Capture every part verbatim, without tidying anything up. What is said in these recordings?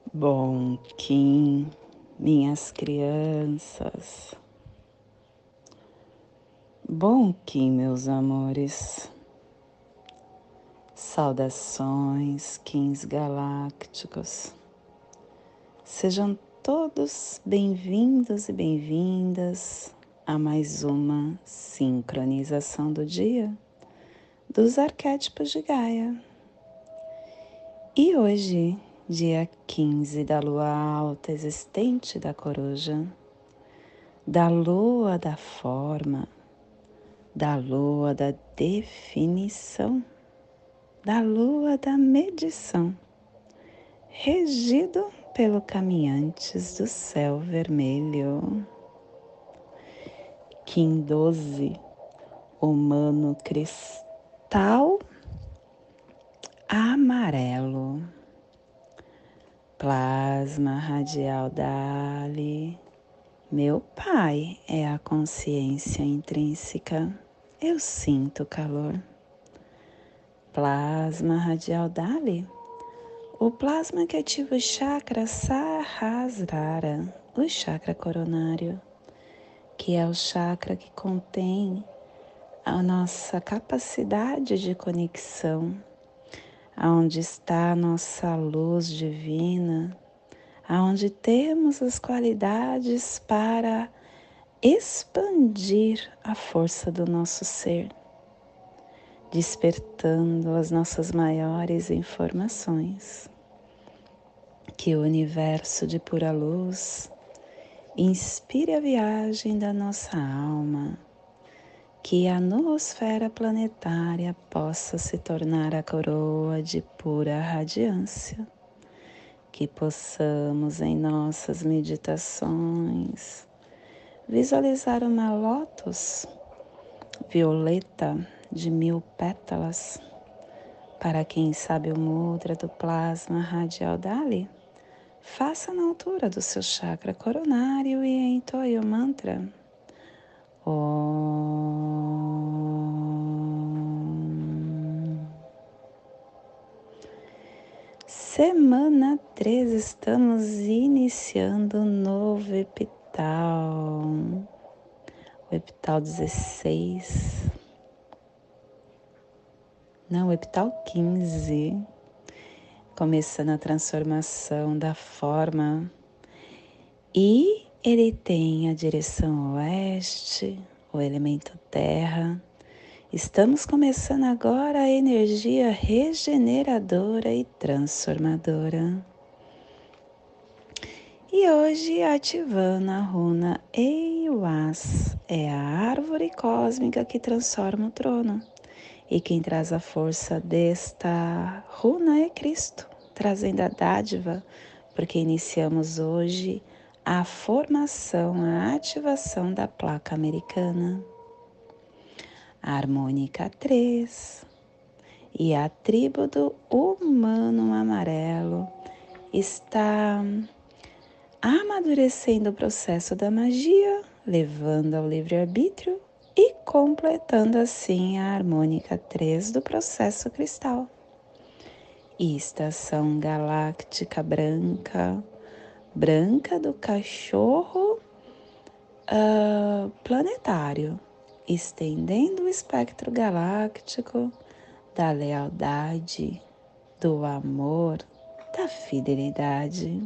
Bom Kim, minhas crianças. Bom Kim, meus amores. Saudações, Kins galácticos. Sejam todos bem-vindos e bem-vindas a mais uma sincronização do dia dos arquétipos de Gaia. E hoje, dia quinze da lua alta existente da coruja, da lua da forma, da lua da definição, da lua da medição, regido pelo caminhantes do céu vermelho. Kim doze, humano cristal amarelo, plasma radial Dali. Meu pai é a consciência intrínseca, eu sinto calor. Plasma radial Dali, o plasma que ativa o chakra Sahasrara, o chakra coronário, que é o chakra que contém a nossa capacidade de conexão, aonde está a nossa luz divina, aonde temos as qualidades para expandir a força do nosso ser, despertando as nossas maiores informações. Que o universo de pura luz inspire a viagem da nossa alma, que a noosfera planetária possa se tornar a coroa de pura radiância, que possamos em nossas meditações visualizar uma lótus violeta de mil pétalas. Para quem sabe o mudra do plasma radial Dali, faça na altura do seu chakra coronário e entoie o mantra Om. Semana três, estamos iniciando um novo epital, o epital dezesseis, não, o epital quinze, começando a transformação da forma, e ele tem a direção oeste, o elemento terra. Estamos começando agora a energia regeneradora e transformadora. E hoje ativando a runa Eiwas, é a árvore cósmica que transforma o trono. E quem traz a força desta runa é Cristo, trazendo a dádiva, porque iniciamos hoje a formação, a ativação da placa americana. A harmônica três e a tribo do humano amarelo está amadurecendo o processo da magia, levando ao livre-arbítrio e completando assim a harmônica três do processo cristal. E estação galáctica branca, branca do cachorro uh, planetário, estendendo o espectro galáctico da lealdade, do amor, da fidelidade.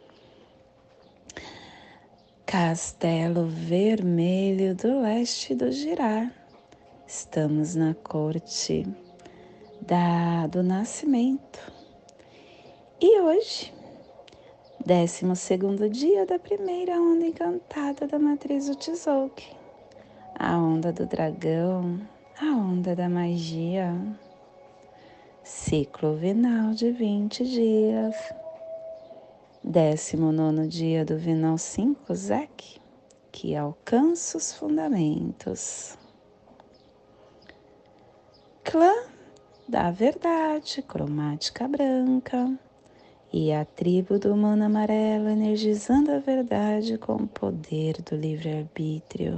Castelo vermelho do leste do girar. Estamos na corte da, do nascimento. E hoje, décimo segundo dia da primeira onda encantada da matriz do Tzolk'in. A onda do dragão, a onda da magia. Ciclo vinal de vinte dias. Décimo nono dia do vinal cinco, Zek, que alcança os fundamentos. Clã da verdade, cromática branca. E a tribo do humano amarelo energizando a verdade com o poder do livre-arbítrio.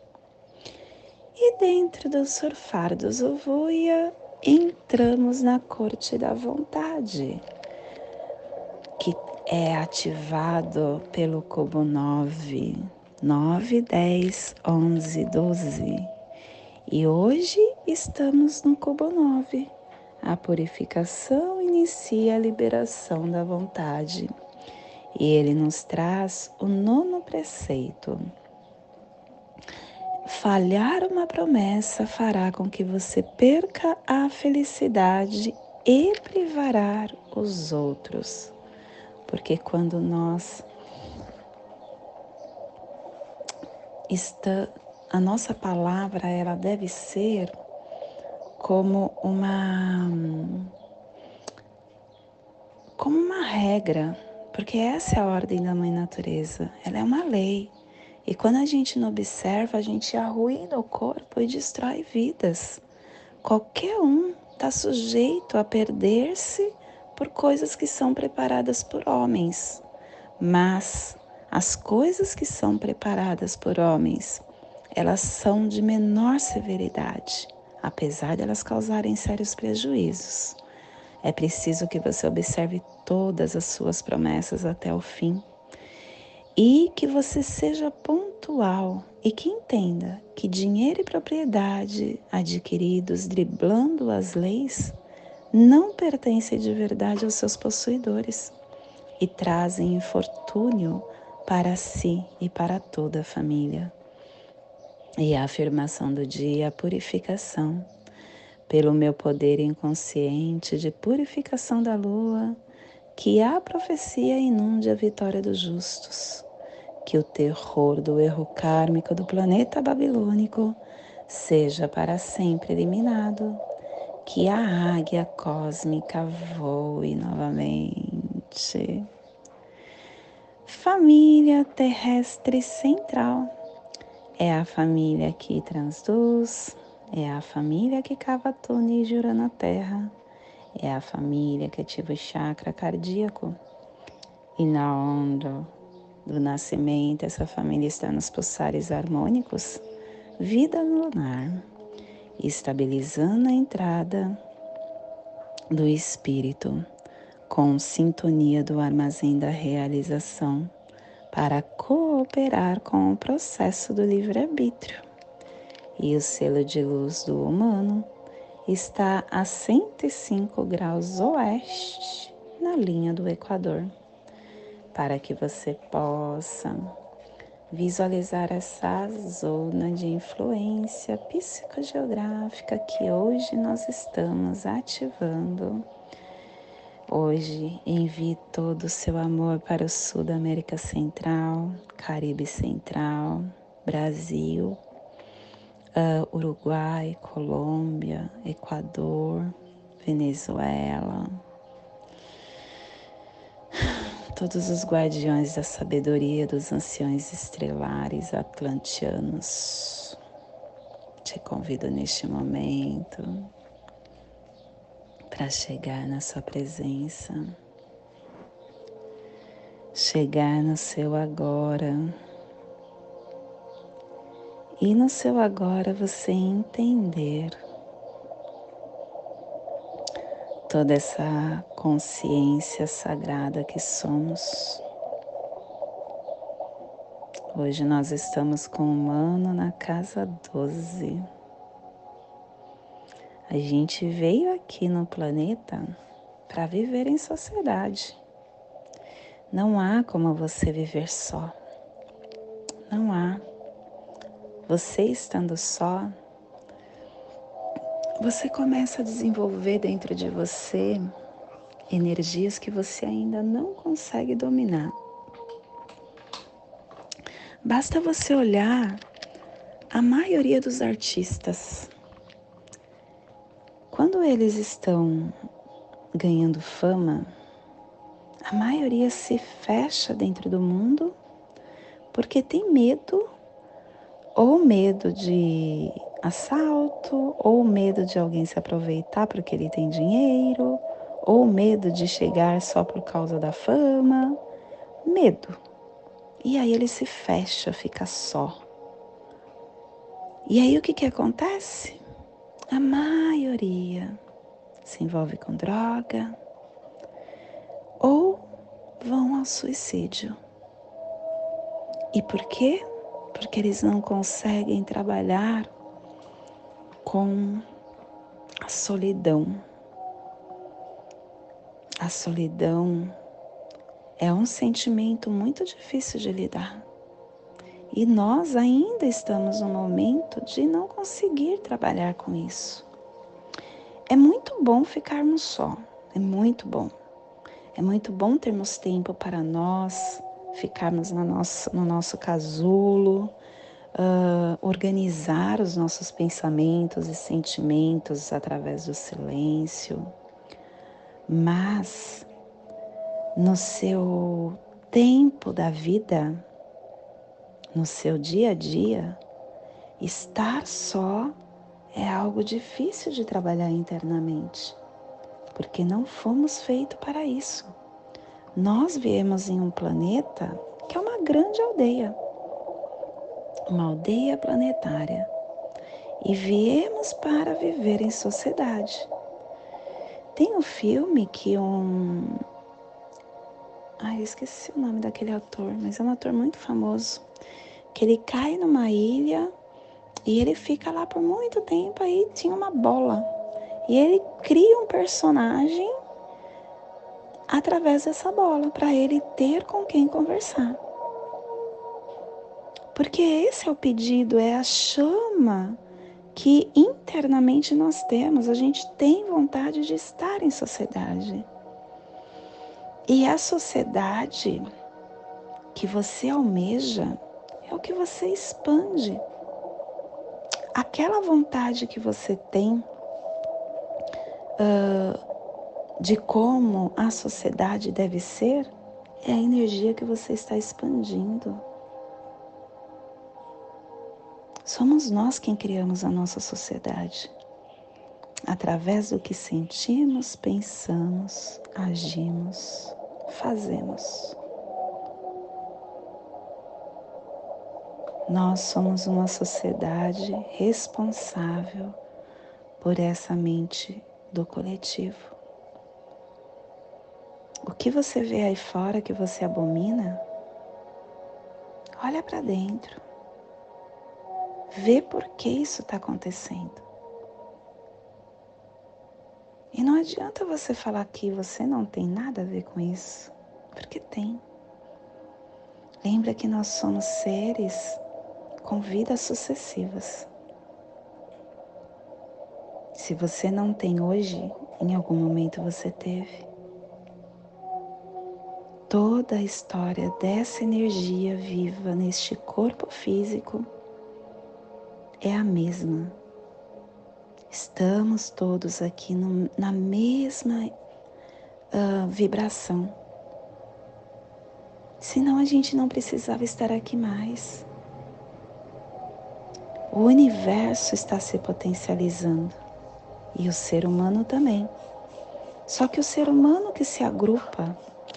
E dentro do surfar do Zovuia, entramos na corte da vontade, que é ativado pelo cubo nove, nove, dez, onze, doze. E hoje estamos no cubo nove. A purificação inicia a liberação da vontade. E ele nos traz o nono preceito. Falhar uma promessa fará com que você perca a felicidade e privará os outros. Porque quando nós está, a nossa palavra ela deve ser como uma como uma regra, porque essa é a ordem da Mãe Natureza, ela é uma lei. E quando a gente não observa, a gente arruína o corpo e destrói vidas. Qualquer um está sujeito a perder-se por coisas que são preparadas por homens. Mas as coisas que são preparadas por homens, elas são de menor severidade, apesar de elas causarem sérios prejuízos. É preciso que você observe todas as suas promessas até o fim e que você seja pontual e que entenda que dinheiro e propriedade adquiridos driblando as leis não pertencem de verdade aos seus possuidores e trazem infortúnio para si e para toda a família. E a afirmação do dia é a purificação. Pelo meu poder inconsciente de purificação da lua, que a profecia inunde a vitória dos justos, que o terror do erro kármico do planeta babilônico seja para sempre eliminado, que a águia cósmica voe novamente. Família terrestre central é a família que transduz, é a família que cava túnel e jura na terra, é a família que ativa o chakra cardíaco. E na onda do nascimento, essa família está nos pulsares harmônicos, vida lunar, estabilizando a entrada do espírito, com sintonia do armazém da realização, para cooperar com o processo do livre-arbítrio. E o selo de luz do humano está a cento e cinco graus oeste, na linha do Equador, para que você possa visualizar essa zona de influência psicogeográfica que hoje nós estamos ativando. Hoje envie todo o seu amor para o sul da América Central, Caribe Central, Brasil, uh, Uruguai, Colômbia, Equador, Venezuela. Todos os guardiões da sabedoria dos anciões estrelares atlantianos. Te convido neste momento para chegar na sua presença, chegar no seu agora. E no seu agora você entender toda essa consciência sagrada que somos. Hoje nós estamos com o humano na casa doze. A gente veio aqui no planeta para viver em sociedade. Não há como você viver só. Não há. Você estando só, você começa a desenvolver dentro de você energias que você ainda não consegue dominar. Basta você olhar a maioria dos artistas. Quando eles estão ganhando fama, a maioria se fecha dentro do mundo porque tem medo, ou medo de assalto, ou medo de alguém se aproveitar porque ele tem dinheiro, ou medo de chegar só por causa da fama. Medo. E aí ele se fecha, fica só. E aí o que que acontece? A maioria se envolve com droga ou vão ao suicídio. E por quê? Porque eles não conseguem trabalhar com a solidão. A solidão é um sentimento muito difícil de lidar. E nós ainda estamos no momento de não conseguir trabalhar com isso. É muito bom ficarmos só, é muito bom. É muito bom termos tempo para nós, ficarmos na nossa, no nosso casulo, uh, organizar os nossos pensamentos e sentimentos através do silêncio. Mas, no seu tempo da vida, no seu dia a dia, estar só é algo difícil de trabalhar internamente, porque não fomos feitos para isso. Nós viemos em um planeta que é uma grande aldeia, uma aldeia planetária, e viemos para viver em sociedade. Tem um filme que um... Ai, eu esqueci o nome daquele ator, mas é um ator muito famoso, que ele cai numa ilha e ele fica lá por muito tempo, aí tinha uma bola. E ele cria um personagem através dessa bola, para ele ter com quem conversar. Porque esse é o pedido, é a chama que internamente nós temos. A gente tem vontade de estar em sociedade. E a sociedade que você almeja é o que você expande. Aquela vontade que você tem uh, de como a sociedade deve ser, é a energia que você está expandindo. Somos nós quem criamos a nossa sociedade, através do que sentimos, pensamos, agimos, fazemos. Nós somos uma sociedade responsável por essa mente do coletivo. O que você vê aí fora que você abomina, olha para dentro. Vê por que isso está acontecendo. E não adianta você falar que você não tem nada a ver com isso, porque tem. Lembra que nós somos seres com vidas sucessivas. Se você não tem hoje, em algum momento você teve. Toda a história dessa energia viva neste corpo físico é a mesma. Estamos todos aqui no, na mesma uh, vibração. Senão a gente não precisava estar aqui mais. O universo está se potencializando e o ser humano também. Só que o ser humano que se agrupa,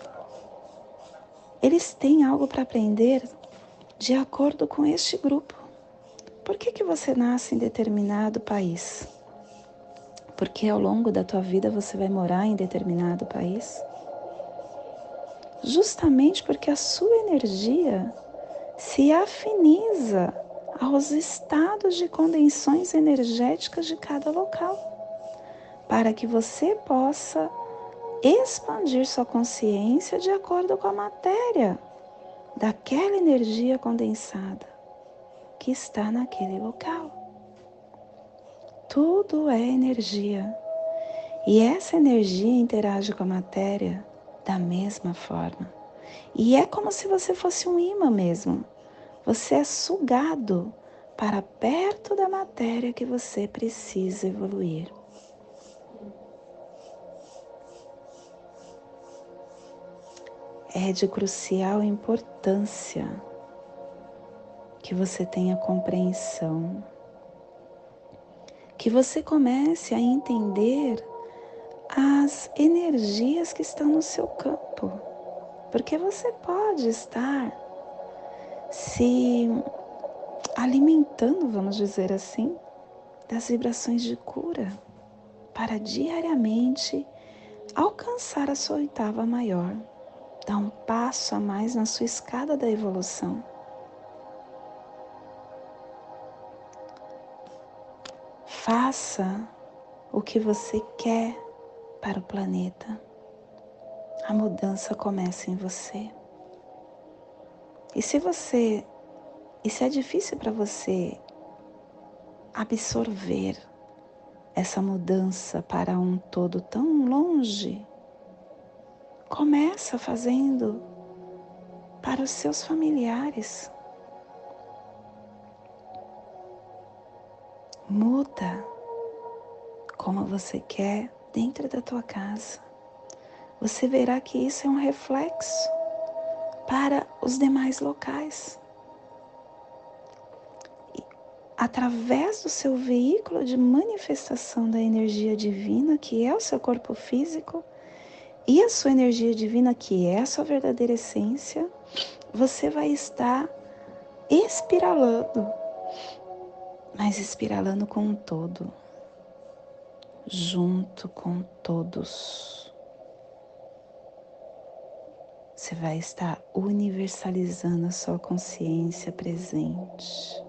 eles têm algo para aprender de acordo com este grupo. Por que que você nasce em determinado país? Porque ao longo da tua vida você vai morar em determinado país? Justamente porque a sua energia se afiniza aos estados de condensações energéticas de cada local, para que você possa expandir sua consciência de acordo com a matéria daquela energia condensada que está naquele local. Tudo é energia. E essa energia interage com a matéria da mesma forma. E é como se você fosse um imã mesmo. Você é sugado para perto da matéria que você precisa evoluir. É de crucial importância que você tenha compreensão, que você comece a entender as energias que estão no seu campo, porque você pode estar se alimentando, vamos dizer assim, das vibrações de cura, para diariamente alcançar a sua oitava maior, dar um passo a mais na sua escada da evolução. Faça o que você quer para o planeta. A mudança começa em você. E se você, e se é difícil para você absorver essa mudança para um todo tão longe, começa fazendo para os seus familiares. Muda como você quer dentro da tua casa. Você verá que isso é um reflexo para os demais locais. E, através do seu veículo de manifestação da energia divina, que é o seu corpo físico, e a sua energia divina, que é a sua verdadeira essência, você vai estar espiralando, mas espiralando com um todo, junto com todos. Você vai estar universalizando a sua consciência presente.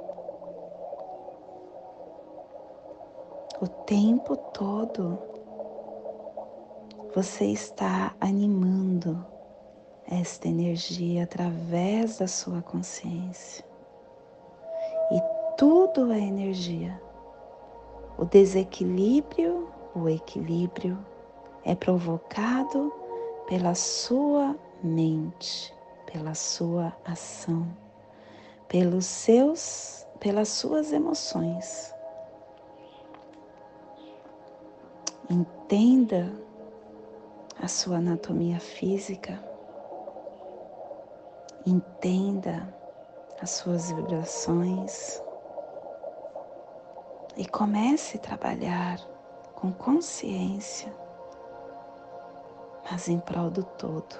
O tempo todo você está animando esta energia através da sua consciência. E tudo é energia. O desequilíbrio, o equilíbrio é provocado pela sua mente, pela sua ação, pelos seus, pelas suas emoções. Entenda a sua anatomia física, entenda as suas vibrações e comece a trabalhar com consciência, mas em prol do todo.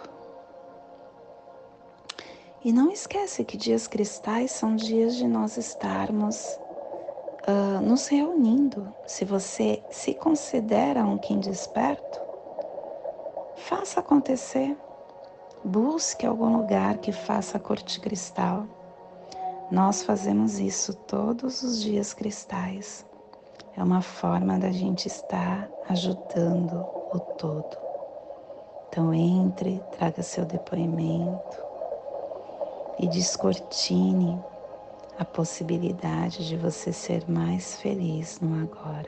E não esquece que dias cristais são dias de nós estarmos uh, nos reunindo. Se você se considera um Kim desperto, faça acontecer. Busque algum lugar que faça corte cristal. Nós fazemos isso todos os dias cristais. É uma forma da gente estar ajudando o todo. Então entre, traga seu depoimento e descortine a possibilidade de você ser mais feliz no agora.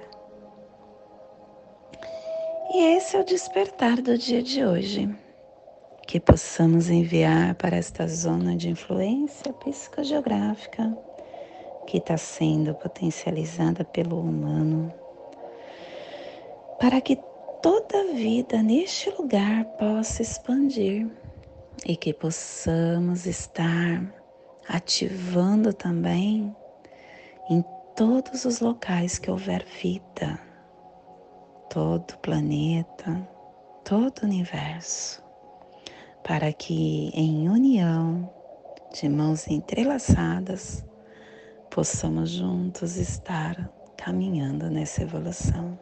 E esse é o despertar do dia de hoje. Que possamos enviar para esta zona de influência psicogeográfica que está sendo potencializada pelo humano, para que toda a vida neste lugar possa expandir e que possamos estar ativando também em todos os locais que houver vida, todo o planeta, todo o universo, para que em união, de mãos entrelaçadas, possamos juntos estar caminhando nessa evolução.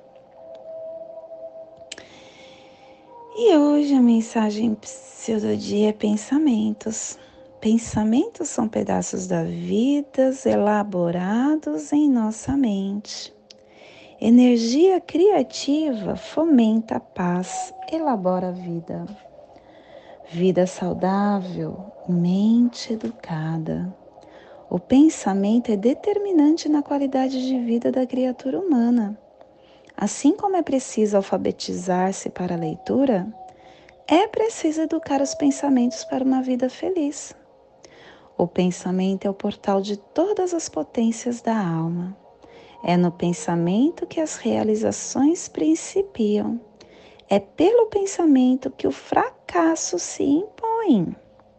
E hoje a mensagem do dia é pensamentos. Pensamentos são pedaços da vida elaborados em nossa mente. Energia criativa fomenta a paz, elabora a vida. Vida saudável, mente educada. O pensamento é determinante na qualidade de vida da criatura humana. Assim como é preciso alfabetizar-se para a leitura, é preciso educar os pensamentos para uma vida feliz. O pensamento é o portal de todas as potências da alma. É no pensamento que as realizações principiam. É pelo pensamento que o fracasso se impõe.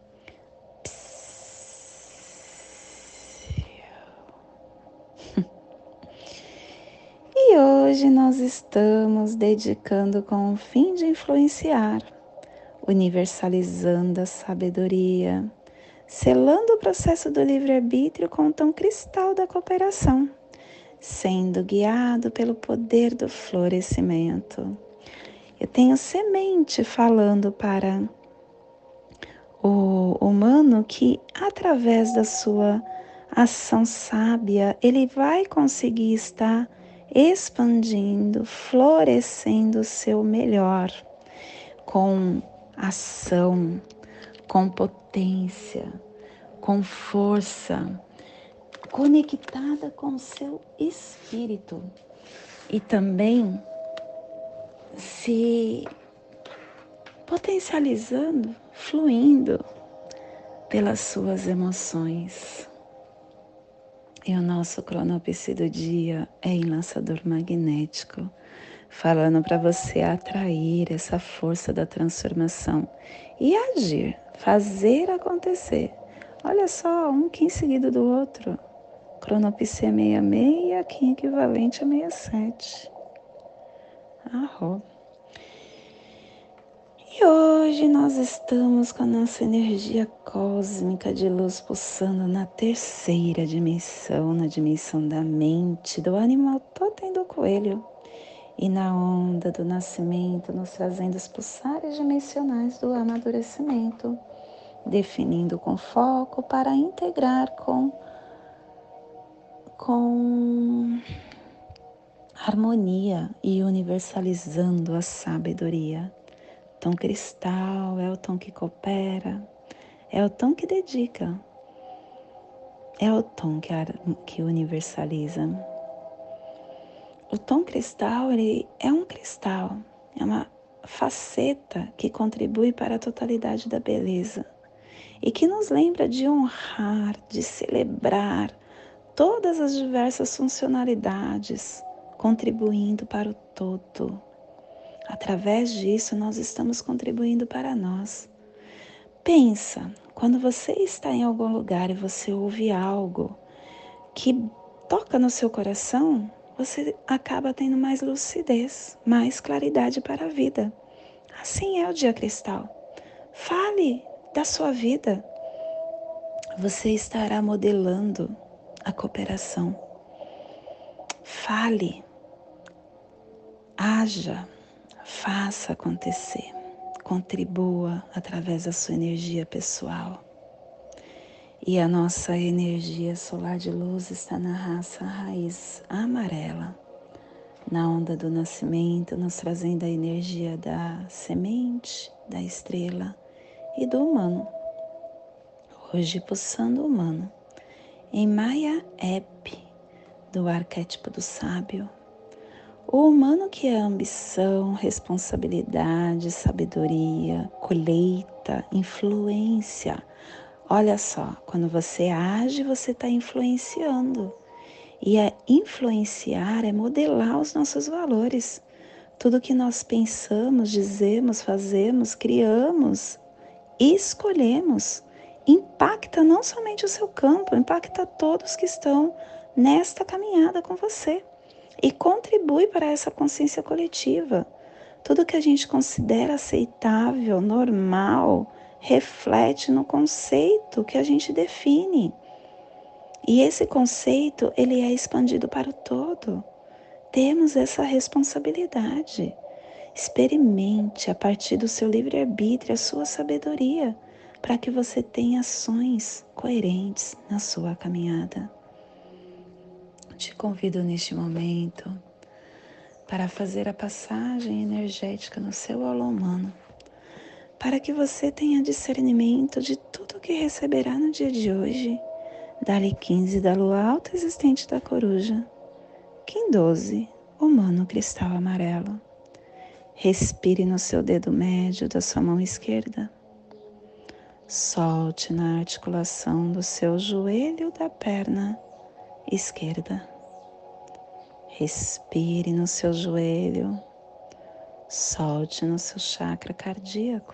E hoje nós estamos dedicando com o fim de influenciar, universalizando a sabedoria, selando o processo do livre-arbítrio com o tom cristal da cooperação, sendo guiado pelo poder do florescimento. Eu tenho semente falando para o humano que, através da sua ação sábia, ele vai conseguir estar expandindo, florescendo o seu melhor, com ação, com potência, com força, conectada com o seu espírito e também se potencializando, fluindo pelas suas emoções. E o nosso cronopse do dia é em lançador magnético, falando para você atrair essa força da transformação e agir, fazer acontecer. Olha só, um Kim seguido do outro. Cronopse é sessenta e seis e a Kim equivalente a sessenta e sete. Arro. E hoje nós estamos com a nossa energia cósmica de luz pulsando na terceira dimensão, na dimensão da mente, do animal totem do coelho. E na onda do nascimento, nos trazendo os pulsares dimensionais do amadurecimento, definindo com foco para integrar com, com harmonia e universalizando a sabedoria. Tom cristal é o tom que coopera, é o tom que dedica, é o tom que, que universaliza. O tom cristal, ele é um cristal, é uma faceta que contribui para a totalidade da beleza e que nos lembra de honrar, de celebrar todas as diversas funcionalidades, contribuindo para o todo. Através disso, nós estamos contribuindo para nós. Pensa, quando você está em algum lugar e você ouve algo que toca no seu coração, você acaba tendo mais lucidez, mais claridade para a vida. Assim é o dia cristal. Fale da sua vida. Você estará modelando a cooperação. Fale, haja, faça acontecer, contribua através da sua energia pessoal. E a nossa energia solar de luz está na raça raiz amarela, na onda do nascimento, nos trazendo a energia da semente, da estrela e do humano. Hoje pulsando o humano, em Maya Ep, do arquétipo do sábio. O humano que é ambição, responsabilidade, sabedoria, colheita, influência. Olha só, quando você age, você está influenciando. E é influenciar é modelar os nossos valores. Tudo que nós pensamos, dizemos, fazemos, criamos, escolhemos, impacta não somente o seu campo, impacta todos que estão nesta caminhada com você. E contribui para essa consciência coletiva. Tudo que a gente considera aceitável, normal, reflete no conceito que a gente define. E esse conceito, ele é expandido para o todo. Temos essa responsabilidade. Experimente a partir do seu livre-arbítrio, a sua sabedoria, para que você tenha ações coerentes na sua caminhada. Te convido neste momento para fazer a passagem energética no seu aula humano, para que você tenha discernimento de tudo que receberá no dia de hoje. Dali quinze da lua alta existente da coruja. Kim doze, humano cristal amarelo. Respire no seu dedo médio da sua mão esquerda. Solte na articulação do seu joelho da perna esquerda. Respire no seu joelho, solte no seu chakra cardíaco.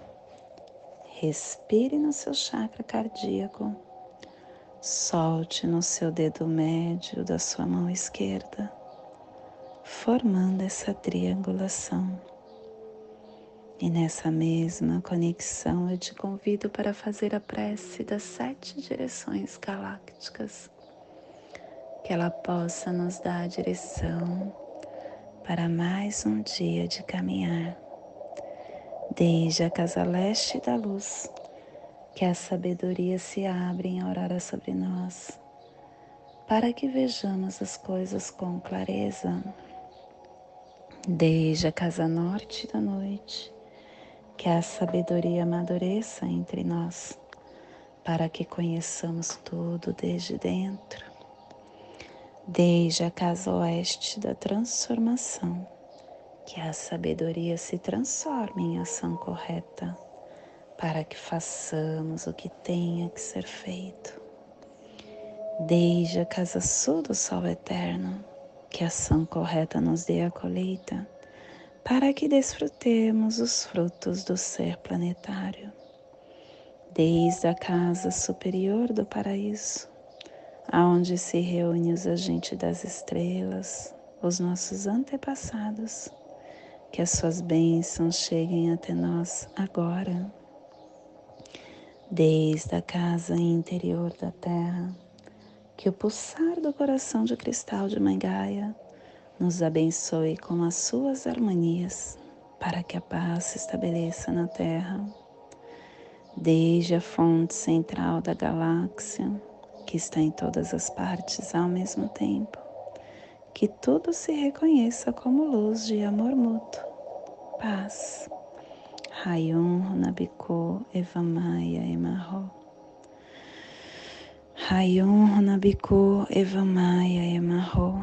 Respire no seu chakra cardíaco, solte no seu dedo médio da sua mão esquerda, formando essa triangulação. E nessa mesma conexão eu te convido para fazer a prece das sete direções galácticas, que ela possa nos dar a direção para mais um dia de caminhar, desde a casa leste da luz que a sabedoria se abre em aurora sobre nós, para que vejamos as coisas com clareza. Desde a casa norte da noite, que a sabedoria amadureça entre nós, para que conheçamos tudo desde dentro. Desde a casa oeste da transformação, que a sabedoria se transforme em ação correta, para que façamos o que tenha que ser feito. Desde a casa sul do sol eterno, que a ação correta nos dê a colheita, para que desfrutemos os frutos do ser planetário. Desde a casa superior do paraíso, aonde se reúnem os agentes das estrelas, os nossos antepassados, que as suas bênçãos cheguem até nós agora. Desde a casa interior da Terra, que o pulsar do coração de cristal de Mãe Gaia nos abençoe com as suas harmonias, para que a paz se estabeleça na Terra. Desde a fonte central da galáxia, que está em todas as partes ao mesmo tempo, que tudo se reconheça como luz de amor mútuo, paz. Rayon Runabiko Evamaya Emarro. Rayon Runabiko Evamaya Emarro.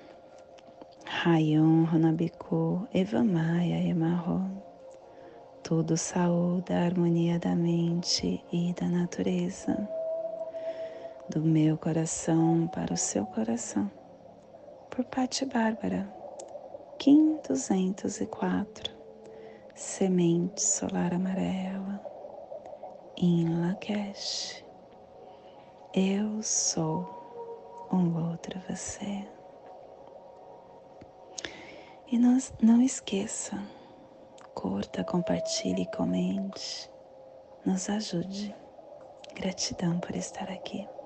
Rayon Runabiko Evamaya Emarro. Tudo saúde a harmonia da mente e da natureza. Do meu coração para o seu coração, por Patti Bárbara, Kim duzentos e quatro, Semente Solar Amarela, em Lakesh. Eu sou um outro você. E não, não esqueça, curta, compartilhe, comente, nos ajude. Gratidão por estar aqui.